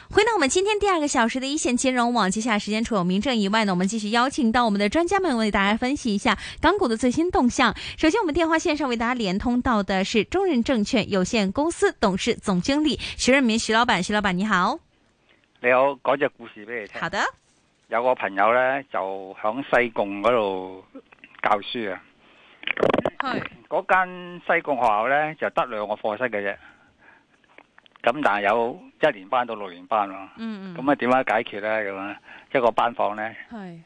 回到我们今天第二个小时的一线金融网，接下来时间除有名正以外呢，我们继续邀请到我们的专家们为大家分析一下港股的最新动向。首先我们电话线上为大家连通到的是中人证券有限公司董事总经理徐润民徐老板，徐老板你好。 你好，講隻故事俾你聽。 好的。 有個朋友呢，就響西貢嗰度教書啊。係。嗰間西貢學校呢，就得2個課室嘅啫。咁但係有1年班到6年班喎。咁啊點樣解決呢？咁啊一個班房呢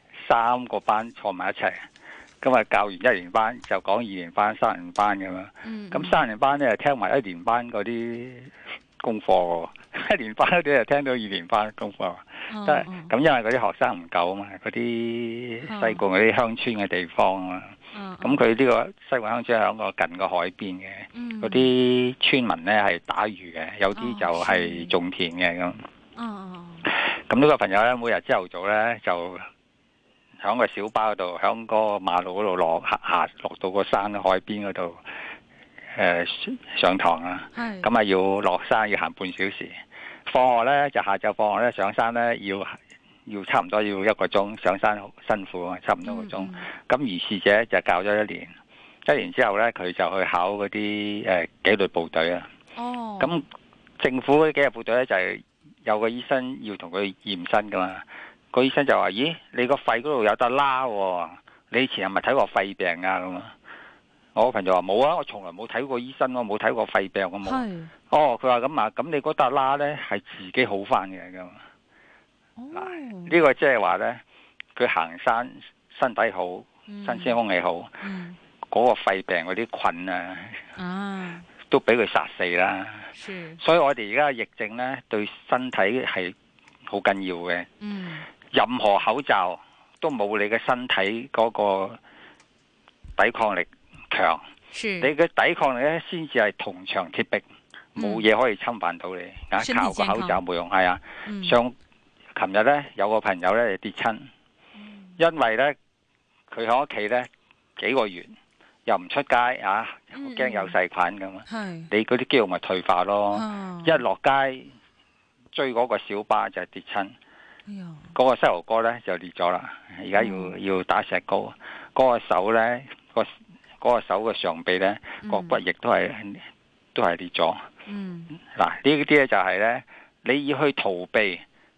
，3個班坐埋一齊。咁啊教完1年班就講2年班、3年班咁樣。咁3年班呢，就聽埋1年班嗰啲功課喎。1年班嗰啲就聽到2年班功課。咁因為嗰啲學生唔夠啊嘛，嗰啲西貢嗰啲鄉村嘅地方啊嘛。咁佢呢個西貢鄉村喺個近個海邊嘅，嗰啲村民呢係打魚嘅，有啲就係種田嘅咁。咁呢個朋友呢，每日朝頭早呢，就喺個小巴嗰度，喺個馬路嗰度落到個山海邊嗰度上堂啊。咁啊要落山要行半小時。放學呢，就下晝放學呢，上山呢要差唔多要1個鐘，上山好辛苦啊，差唔多1個鐘。咁如是者就教咗1年，1年之後呢，佢就去考嗰啲紀律部隊啊。咁政府嗰啲紀律部隊呢，就係有個醫生要同佢驗身噶嘛。個醫生就話：咦，你個肺嗰度有得拉喎，你以前係咪睇過肺病啊？咁啊，我個朋友話冇啊，我從來冇睇過醫生，我冇睇過肺病咁冇。佢話咁啊，咁你嗰笪拉呢係自己好翻嘅咁。呢個即係話呢，佢行山身體好，新鮮空氣好，嗰個肺病嗰啲菌啊，都俾佢殺死啦。所以我哋而家疫症呢，對身體係好緊要嘅。任何口罩都冇你嘅身體嗰個抵抗力強。你嘅抵抗力呢，先至係銅牆鐵壁。冇嘢可以侵犯到你，靠個口罩冇用。係啊，琴日呢，有個朋友呢跌親，因為呢，佢喺屋企呢幾個月又唔出街啊，驚有細菌咁啊。你嗰啲肌肉咪退化咯。一落街追嗰個小巴就跌親，嗰個膝頭哥呢就裂咗啦。而家要打石膏，嗰個手呢，嗰個手嘅上臂呢，個骨亦都係裂咗。嗱，呢啲咧就係咧，你要去逃避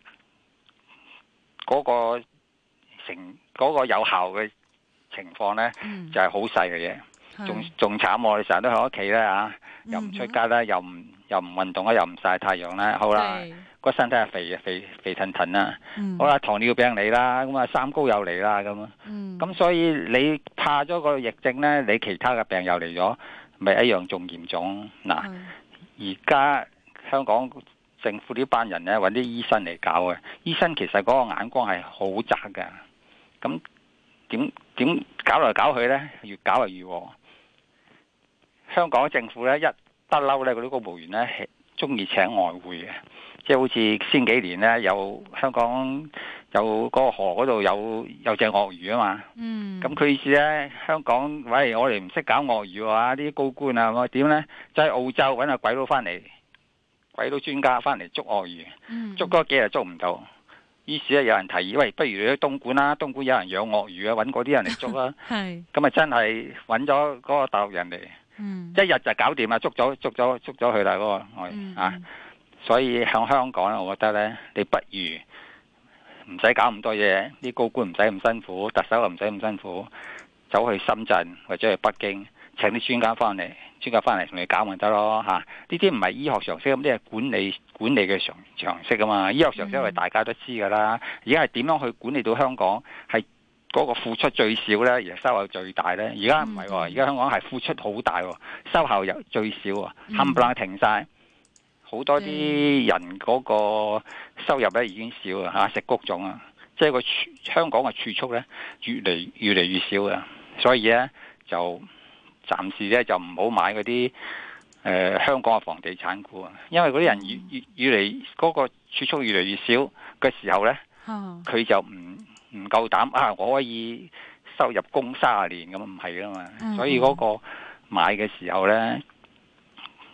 嗰個有效嘅情況咧，就係好細嘅嘢。仲慘，我哋成日都喺屋企咧嚇，又唔出街啦，又唔運動啦，又唔曬太陽啦，好啦，個身體係肥騰騰啦。好啦，糖尿病嚟啦，咁啊三高又嚟啦咁啊。咁所以你怕咗個疫症咧，你其他嘅病又嚟咗，咪一樣仲嚴重嗱。而家香港政府呢班人呢，揾啲醫生嚟搞嘅，醫生其實嗰個眼光係好窄㗎。咁點搞來搞去呢？越搞越禍。香港政府呢，一不嬲呢，嗰啲公務員呢，中意請外匯嘅，即係好似先幾年呢，有香港有嗰個河嗰度有隻鱷魚啊嘛。咁佢意思呢，香港喂，我哋唔識搞鱷魚啊，啲高官啊，我點呢？就喺澳洲揾個鬼佬翻嚟，鬼佬專家翻嚟捉鱷魚，捉嗰幾日捉唔到。於是咧有人提議，喂，不如你去東莞啦，東莞有人養鱷魚啊，揾嗰啲人嚟捉啦。咁啊真係揾咗嗰個大陸人嚟，一日就搞掂啦，捉咗佢啦嗰個鱷魚啊。所以喺香港咧，我覺得呢，你不如唔使搞咁多嘢，啲高官唔使咁辛苦，特首又唔使咁辛苦，走去深圳或者去北京請啲專家翻嚟同你搞咪得咯嚇。呢啲唔係醫學常識，咁啲係管理嘅常識啊嘛。醫學常識係大家都知噶啦。而家係點樣去管理到香港係嗰個付出最少呢，而收效最大呢？而家唔係喎，而家香港係付出好大喎，收效又最少喎，冚唪唥停晒。好多啲人嗰個收入咧已經少啊，食谷種啊，即係個香港嘅儲蓄咧越嚟越少啊，所以咧就暫時咧就唔好買嗰啲香港嘅房地產股啊，因為嗰啲人越嚟嗰個儲蓄越嚟越少嘅時候咧，佢就唔夠膽啊！我可以收入供30年咁，唔係噶嘛，所以嗰個買嘅時候咧。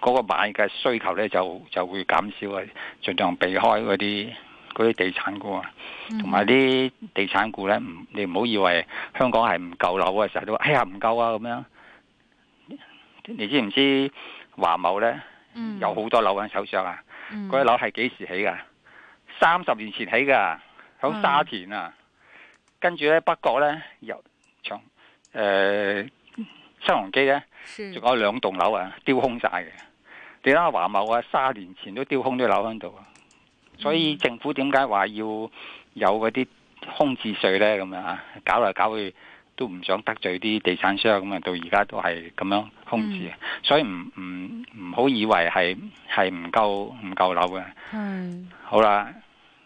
嗰個買嘅需求咧就會減少啊，盡量避開嗰啲地產股啊，同埋啲地產股咧，你唔好以為香港係唔夠樓啊，成日都話哎呀唔夠啊咁樣。你知唔知華懋咧有好多樓喺手上啊？嗰啲樓係幾時起噶？30年前起噶，響沙田啊。跟住咧北角咧由新鴻基咧，仲有2棟樓啊，丟空晒嘅。你睇下華懋啊，30年前都丟空啲樓喺度啊。所以政府點解話要有嗰啲空置稅咧？咁樣啊，搞嚟搞去都唔想得罪啲地產商，咁啊到而家都係咁樣空置。所以唔好以為係唔夠樓嘅。好啦，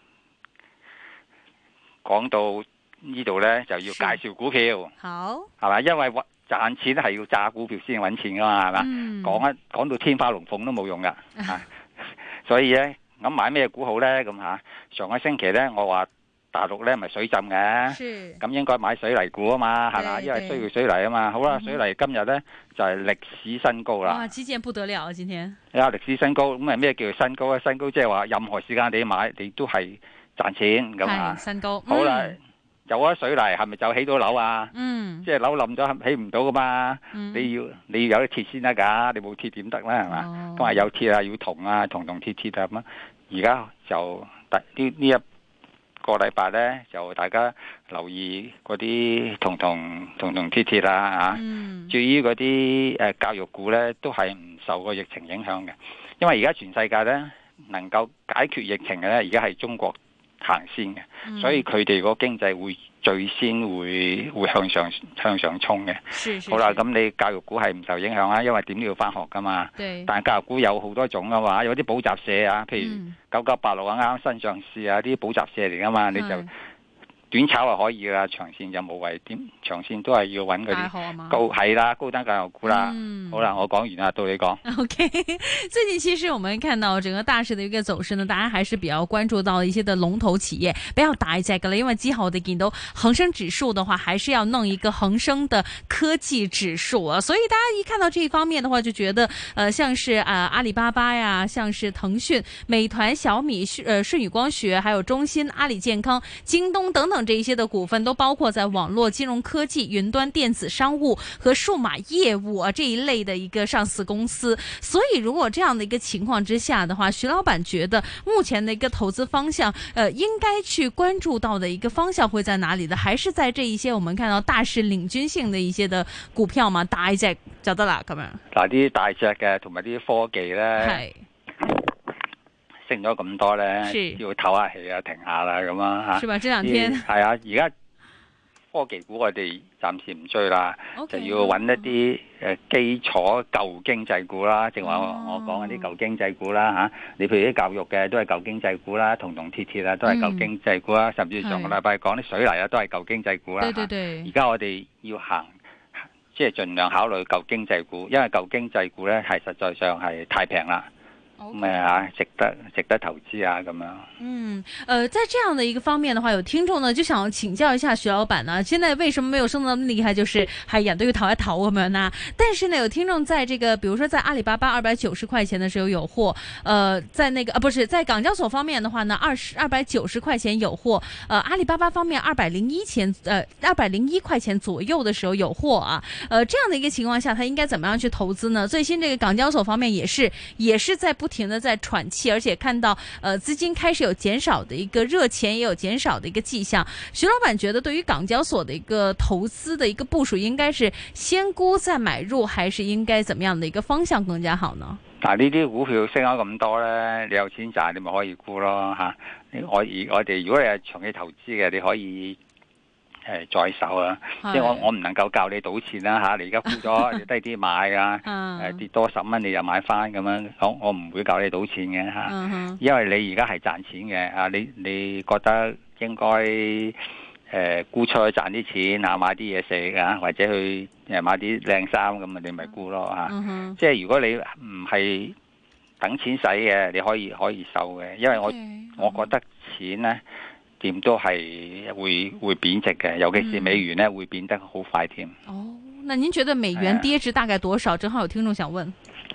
講到呢度咧就要介紹股票。好，係咪？因為賺錢係要揸股票先揾錢噶嘛，係嘛？講到天花龍鳳都冇用噶。所以咧。咁買咩股好咧？咁上個星期咧，我話大陸咧咪水浸嘅，咁應該買水泥股啊嘛，係嘛？因為需要水泥啊嘛。好啦，水泥今日咧就係歷史新高啦。 哇！基建不得了啊，今天。 歷史新高，咁係咩叫做新高咧？新高即係話任何時間你買，你都係賺錢咁啊。 新高。 好啦，有咗水泥係咪就起到樓啊？即係樓冧咗起唔到噶嘛？你要有啲鐵先得噶，你冇鐵點得咧係嘛？咁有鐵啊，要銅啊，銅鐵鐵啊咁啊。而家就呢一個禮拜咧，就大家留意嗰啲銅鐵鐵啦嚇。至於嗰啲教育股咧，都係唔受個疫情影響嘅，因為而家全世界咧能夠解決疫情嘅咧，而家係中國行先嘅，所以佢哋個經濟會最先會向上衝嘅。好啦，咁你教育股係唔受影響啊，因為點都要翻學噶嘛。但係教育股有好多種噶嘛，有啲補習社啊，譬如9986啊，啱啱新上市啊，啲補習社嚟噶嘛，你就短炒係可以啦，長線就冇謂點，長線都係要揾嗰啲高單教育股啦。好啦，我講完啦，到你講。 OK， 最近其實我們看到整個大市的一個走勢呢，大家還是比較關注到一些的龍頭企業，比較大隻嘅啦。因為之後我哋見到恒生指數的話，還是要弄一個恒生的科技指數啊。所以大家一看到這一方面的話，就覺得像是阿里巴巴呀，像是騰訊、美團、小米、舜宇光學，還有中芯、阿里健康、京東等等這一些的股份，都包括在網絡金融科技、雲端電子商務和數碼業務啊這一類的一個上市公司。所以如果這樣的一個情況之下的話，徐老闆覺得目前的一個投資方向，應該去關注到的一個方向會在哪裡的？還是在這一些我們看到大勢領軍性的一些的股票嘛？大隻就得啦咁樣。 嗱，啲大隻嘅同埋啲科技咧，升咗咁多咧，要唞下氣啊，停下啦咁啊吓。是吧？這兩天係啊，而家科技股我哋暫時唔追啦，就要揾一啲基礎舊經濟股啦，正話我講嗰啲舊經濟股啦吓。你譬如啲教育嘅都係舊經濟股啦，銅鐵鐵啊都係舊經濟股啦，甚至上個禮拜講啲水泥啊都係舊經濟股啦。而家我哋要行，即係盡量考慮舊經濟股，因為舊經濟股咧係實在上係太平啦。咁啊，值得投資啊，咁樣。 在這樣的一個方面的話，有聽眾呢就想請教一下徐老闆呢，現在為什麼沒有升得那麼厲害？就是係人都要投一投咁樣啦。但是呢，有聽眾在這個，比如說在阿里巴巴290塊錢的時候有貨，在那個不是在港交所方面的話呢，290塊錢有貨，阿里巴巴方面201塊錢左右的時候有貨啊。這樣的一個情況下，他應該怎麼樣去投資呢？最新這個港交所方面也是在不停的在喘氣，而且看到資金開始有減少的一個熱錢，也有減少的一個跡象。徐老闆覺得對於港交所的一個投資的一個部署，應該是先沽再買入，還是應該怎麼樣的一個方向更加好呢？ 嗱，呢啲股票升咗咁多咧，你有錢賺，你咪可以沽咯吓。我哋如果你係長期投資嘅，你可以在手啊，即係我唔能夠教你賭錢啦吓，你而家沽咗，你低啲買啊，跌多10蚊你又買翻咁樣，我唔會教你賭錢嘅吓，因為你而家係賺錢嘅啊，你覺得應該沽出去賺啲錢啊，買啲嘢食啊，或者去買啲靚衫咁啊，你咪沽咯吓，即係如果你唔係等錢使嘅，你可以收嘅，因為我覺得錢咧。點都係會貶值嘅，尤其是美元咧會變得好快添。 哦，那您覺得美元跌值大概多少？正好有聽眾想問。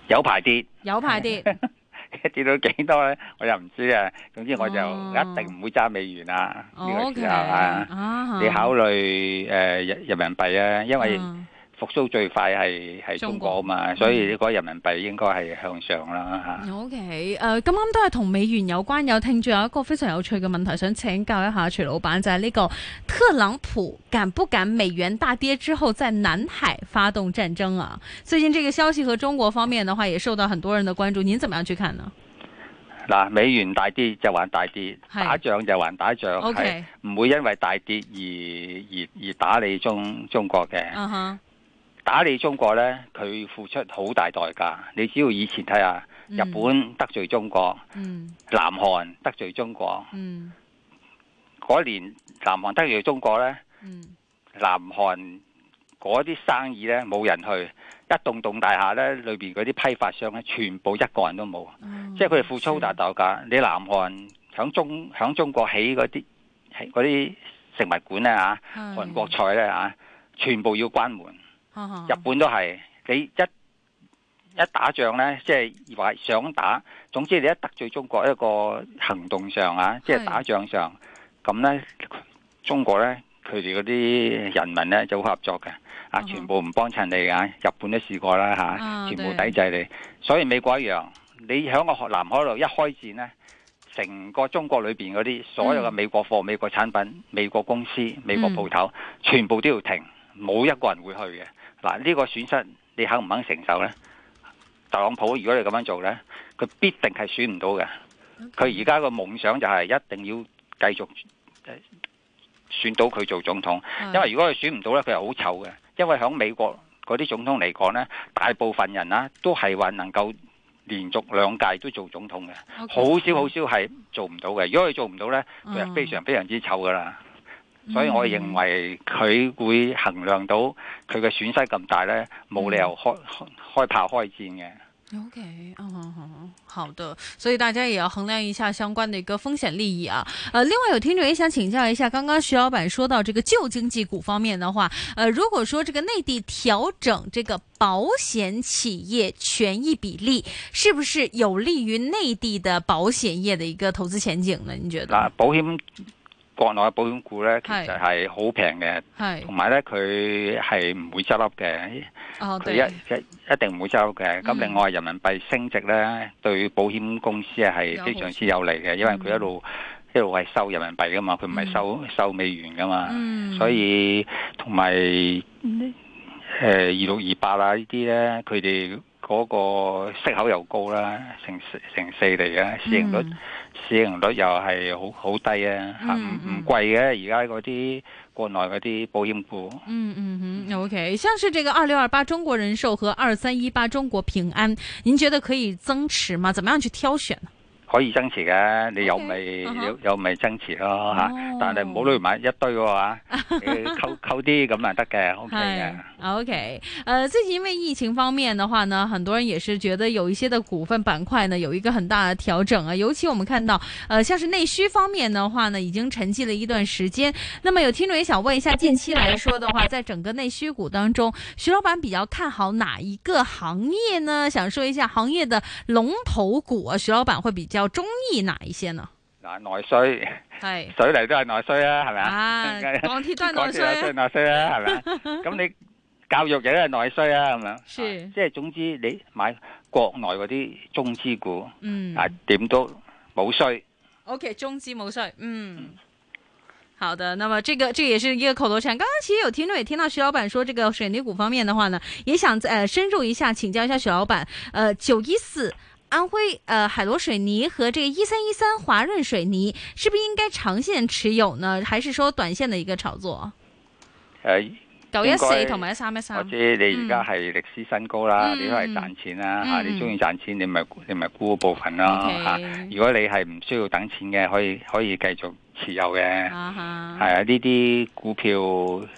有排跌， 有排跌。 跌到幾多咧？我又唔知啊。總之我就一定唔會揸美元啊。呢個時候啊，你考慮人民幣啊，因為復甦最快係中國啊嘛，所以呢個人民幣應該係向上啦嚇。 OK， 咁啱都係同美元有關，有聽住有一個非常有趣嘅問題想請教一下徐老闆，就係呢個特朗普敢不敢美元大跌之後在南海發動戰爭啊？最近這個消息和中國方面的話，也受到很多人的關注，您怎麼樣去看呢？ 嗱，美元大跌就還大跌，打仗就還打仗，係唔會因為大跌而打你中國嘅。打你中國呢，佢付出好大代價。你只要以前睇下，日本得罪中國，南韓得罪中國，嗰年南韓得罪中國呢，南韓嗰啲生意呢冇人去，一棟大廈呢裏邊嗰啲批發商呢，全部一個人都冇，即係佢哋付出好大代價。你南韓響中國起嗰啲食物館呢嚇，韓國菜呢嚇，全部要關門。日本都係，你一打仗呢，即係話想打，總之你一得罪中國一個行動上啊，即係打仗上，咁呢，中國呢，佢哋嗰啲人民呢就好合作嘅，啊，全部唔幫襯你啊，日本都試過啦嚇，全部抵制你，所以美國一樣，你響個南海度一開戰呢，成個中國裏邊嗰啲所有嘅美國貨、美國產品、美國公司、美國鋪頭，全部都要停，冇一個人會去嘅。嗱，呢個損失你肯唔肯承受呢？特朗普如果你咁樣做呢，佢必定係選唔到嘅。佢而家個夢想就係一定要繼續選到佢做總統，因為如果佢選唔到呢，佢係好醜嘅。因為喺美國嗰啲總統嚟講呢，大部分人啊都係話能夠連續2屆都做總統嘅，好少係做唔到嘅。如果佢做唔到呢，佢係非常非常之醜噶啦。所以我認為佢會衡量到佢嘅損失咁大呢，冇理由開炮開戰嘅。 OK， 好的，所以大家也要衡量一下相關的一個風險利益啊。另外有聽眾也想請教一下，剛剛徐老闆說到這個舊經濟股方面的話，如果說這個內地調整這個保險企業權益比例，是不是有利於內地的保險業的一個投資前景呢？你覺得？ 保險國內嘅保險股咧，其實係好平嘅，同埋咧佢係唔會執笠嘅，佢一定唔會執笠嘅。咁另外人民幣升值咧，對保險公司係非常之有利嘅，因為佢一路係收人民幣噶嘛，佢唔係收美元噶嘛，所以同埋2628啦呢啲咧，佢哋嗰個息口又高啦，成4厘啊，市盈率又係好低啊，唔貴嘅。而家嗰啲國內嗰啲保險股 ，OK， 像是這個2628中國人壽和2318中國平安，您覺得可以增持嗎？怎麼樣去挑選呢？ 可以增持嘅，你有咪增持咯嚇，但係唔好攞埋一堆嘅話，你扣啲咁啊得嘅 ，OK 嘅。 OK， 最近因為疫情方面的話呢，很多人也是覺得有一些的股份板塊呢有一個很大的調整啊，尤其我們看到，像是內需方面的話呢，已經沉寂了一段時間。那麼有聽眾也想問一下，近期來說的話，在整個內需股當中，徐老闆比較看好哪一個行業呢？想說一下行業的龍頭股，徐老闆會比較中意哪一些呢？ 嗱，內需係水泥都係內需啊，係咪啊？ 鋼鐵都係內需啊，係咪啊？咁你教育亦都係內需啊，咁樣。即係總之，你買國內嗰啲中資股，點都冇衰。 OK， 中資冇衰，好的，那麼這也是一個口頭禪。剛剛其實有聽眾也聽到徐老闆說，這個水泥股方面的話呢，也想深入一下請教一下徐老闆。914。安徽海螺水泥和這個1313華潤水泥，是不是應該長線持有呢？還是說短線的一個炒作？914同埋1313， 我知你而家係歷史新高啦，你都係賺錢啦吓，你中意賺錢，你咪沽部分咯吓。如果你係唔需要等錢嘅，可以繼續持有嘅。係啊，呢啲股票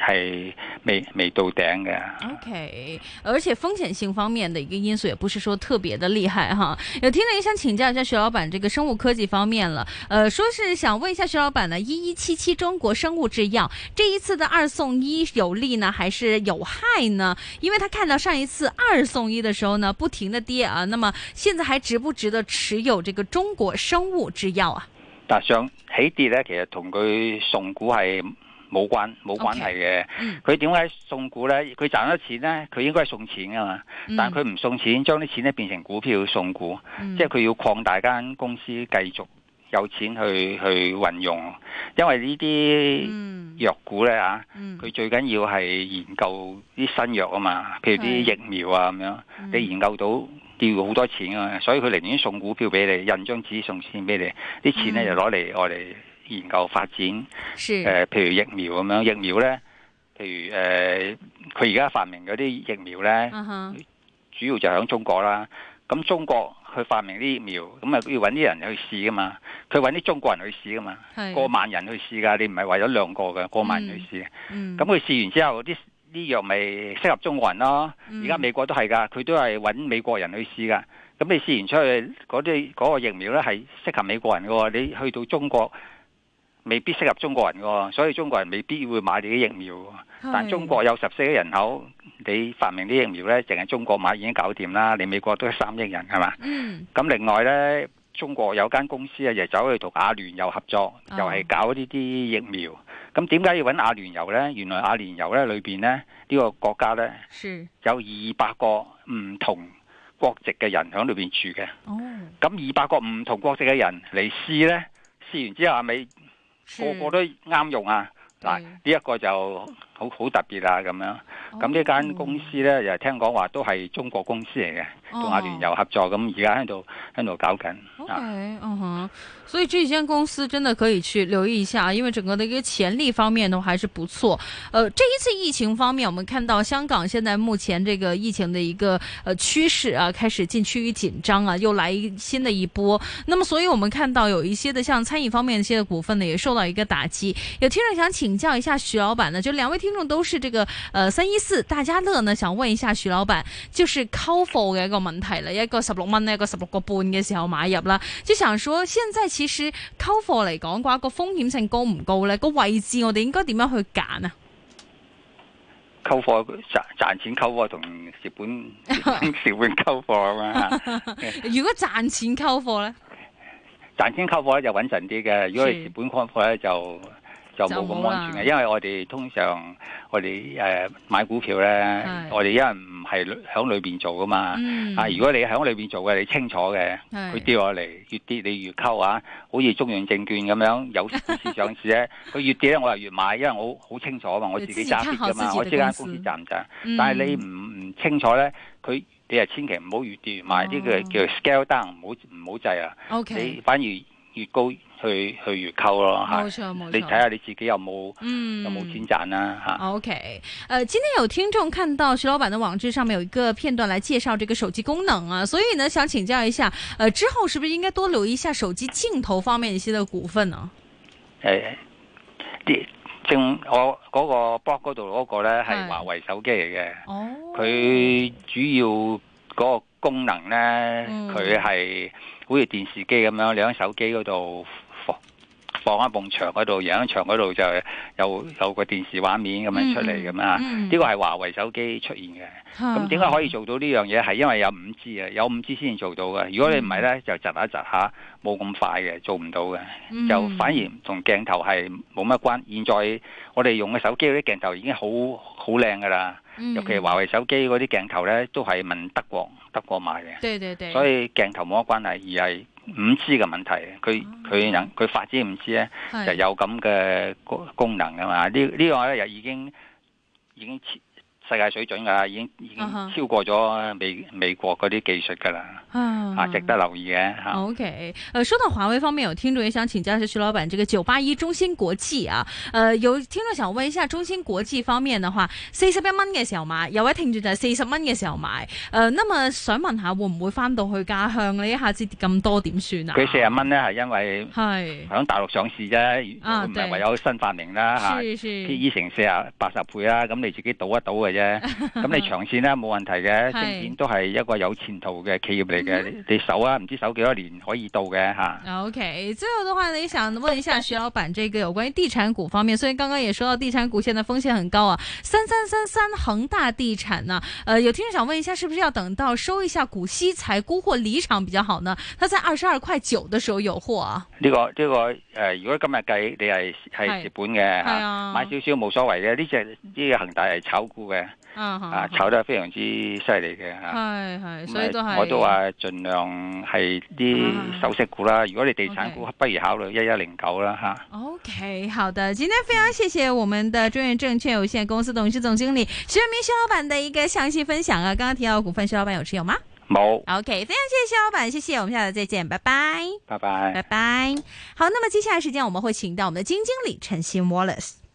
係未到頂嘅。 OK， 而且風險性方面的一個因素也不是說特別的厲害哈。有聽了也想請教一下徐老闆，這個生物科技方面了，說是想問一下徐老闆呢，1177中國生物製藥這一次的2送1有利呢，還是有害呢？因為他看到上一次2送1的時候呢，不停的跌啊，那麼現在還值不值得持有這個中國生物製藥啊？ 但上起跌咧，其實同佢送股係冇關係嘅。佢點解送股咧？佢賺咗錢咧，佢應該係送錢噶嘛。但係佢唔送錢，將啲錢咧變成股票送股，即係佢要擴大間公司繼續有錢去運用。因為呢啲藥股咧佢最緊要係研究啲新藥啊嘛，譬如啲疫苗啊咁樣，你研究到。要好多錢啊，所以佢寧願送股票俾你，印張紙送錢俾你，啲錢咧就攞嚟我哋研究發展。譬如疫苗咁樣，疫苗咧，譬如佢而家發明嗰啲疫苗咧，主要就喺中國啦。咁中國去發明啲疫苗，咁啊要揾啲人去試噶嘛，佢揾啲中國人去試噶嘛，過萬人去試噶，你唔係為咗兩個嘅，過萬人去試。咁佢試完之後啲藥咪適合中國人咯，而家美國都係噶，佢都係揾美國人去試噶。咁你試完出去嗰個疫苗咧係適合美國人嘅，你去到中國未必適合中國人嘅，所以中國人未必會買你啲疫苗。但中國有14億人口，你發明啲疫苗咧，淨係中國買已經搞掂啦。你美國都係3億人係嘛？咁另外咧，中國有間公司就走去同阿聯酋合作，又係搞呢啲疫苗。咁點解要揾阿聯酋呢？原來阿聯酋咧裏邊呢，呢個國家呢，有200個唔同國籍嘅人喺裏邊住嘅。咁200個唔同國籍嘅人嚟試呢，試完之後係咪個個都啱用啊？嗱，呢一個就好特別啦咁樣。咁呢間公司呢，又聽講話都係中國公司嚟嘅，同阿聯酋合作。咁而家喺度搞緊。 所以這間公司真的可以去留意一下，因為整個的一個潛力方面都還是不錯。這一次疫情方面，我們看到香港現在目前這個疫情的一個趨勢啊，開始近趨於緊張啊，又來新的一波。那麼，所以我們看到有一些的像餐飲方面的一些的股份呢，也受到一個打擊。有聽眾想請教一下徐老闆呢，就兩位聽眾都是這個314大家樂呢，想問一下徐老闆，就是溝貨嘅一個問題啦，一個16蚊呢，一個16個半嘅時候買入啦，就想說現在其實溝貨嚟講嘅話，個風險性高唔高呢？個位置我哋應該點樣去揀啊？ 溝貨賺錢溝貨同蝕本溝貨啊嘛。 如果賺錢溝貨呢？ 賺錢溝貨咧就穩陣啲嘅，如果係蝕本溝貨咧就冇咁安全嘅，因為我哋通常我哋買股票咧，我哋因為唔係響裏邊做噶嘛，如果你響裏邊做嘅，你清楚嘅，佢跌落嚟越跌你越溝啊，好似中原證券咁樣有股市上市咧，佢越跌咧我係越買，因為我好清楚嘛，我自己揸跌噶嘛，我知間公司賺唔賺，但係你唔清楚咧，你係千祈唔好越跌越買，呢個叫 scale down，唔好制啊，你反而越高去越溝咯嚇，你睇下你自己有冇錢賺啦嚇。 OK， 今天有聽眾看到徐老闆的網誌上面有一個片段來介紹這個手機功能啊，所以呢想請教一下，之後是不是應該多留意一下手機鏡頭方面一些的股份呢？ 我嗰個 blog 嗰度嗰個咧係華為手機嚟嘅，佢主要嗰個功能咧，佢係好似電視機咁樣，你喺手機嗰度放喺埲牆嗰度，然後牆嗰度就有個電視畫面咁樣出嚟咁啊！呢個係華為手機出現嘅。咁點解可以做到呢樣嘢？係因為有 5G 啊，有 5G 先至做到嘅。如果你唔係咧，就窒下，冇咁快嘅，做唔到嘅。就反而同鏡頭係冇乜關。現在我哋用嘅手機嗰啲鏡頭已經好靚噶啦，尤其係華為手機嗰啲鏡頭咧，都係問德國買嘅。對。所以鏡頭冇乜關係，而係5G 嘅問題。佢發展 5G 咧，就有咁嘅功能噶嘛。呢個咧又已經世界水準噶啦，已經超過咗美國嗰啲技術噶啦，值得留意嘅。 OK， 說到華為方面，有聽眾也想請教一下徐老闆，這個981中芯國際啊，有聽眾想問一下中芯國際方面的話，41蚊嘅時候買，有位聽眾就係40蚊嘅時候買，那麼想問下會唔會翻到去家鄉呢？一下子跌咁多點算啊？ 佢40蚊呢係因為響大陸上市啫，唔係唯有新發明啦吓，PE 成80倍啦，咁你自己賭一賭嘅啫。咁你長線咧冇問題嘅，晶片都係一個有前途嘅企業嚟嘅，你守啊，唔知守幾多年可以到嘅吓。 OK， 最後的話呢，想問一下徐老闆，這個有關於地產股方面，所以剛剛也說到地產股現在風險很高啊，3333恒大地產啊，有聽眾想問一下，是不是要等到收一下股息才沽貨離場比較好呢？他在22.9塊的時候有貨啊。 呢個如果今日計你係蝕本嘅吓，買少少冇所謂嘅，呢個恒大係炒股嘅。炒得非常之犀利嘅， 係，所以都係， 我都話盡量係啲收息股啦。如果你地產股，不如考慮1109啦吓。 OK， 好的，今天非常謝謝我們的中原證券有限公司董事總經理徐潤民徐老闆的一個詳細分享啊。剛剛提到股份，徐老闆有持有嗎？ 冇。 OK， 非常謝謝徐老闆，謝謝，我們下次再見，拜拜。 拜拜。 拜拜。好，那麼接下來時間我們會請到我們的基金經理陳昕 Wallace。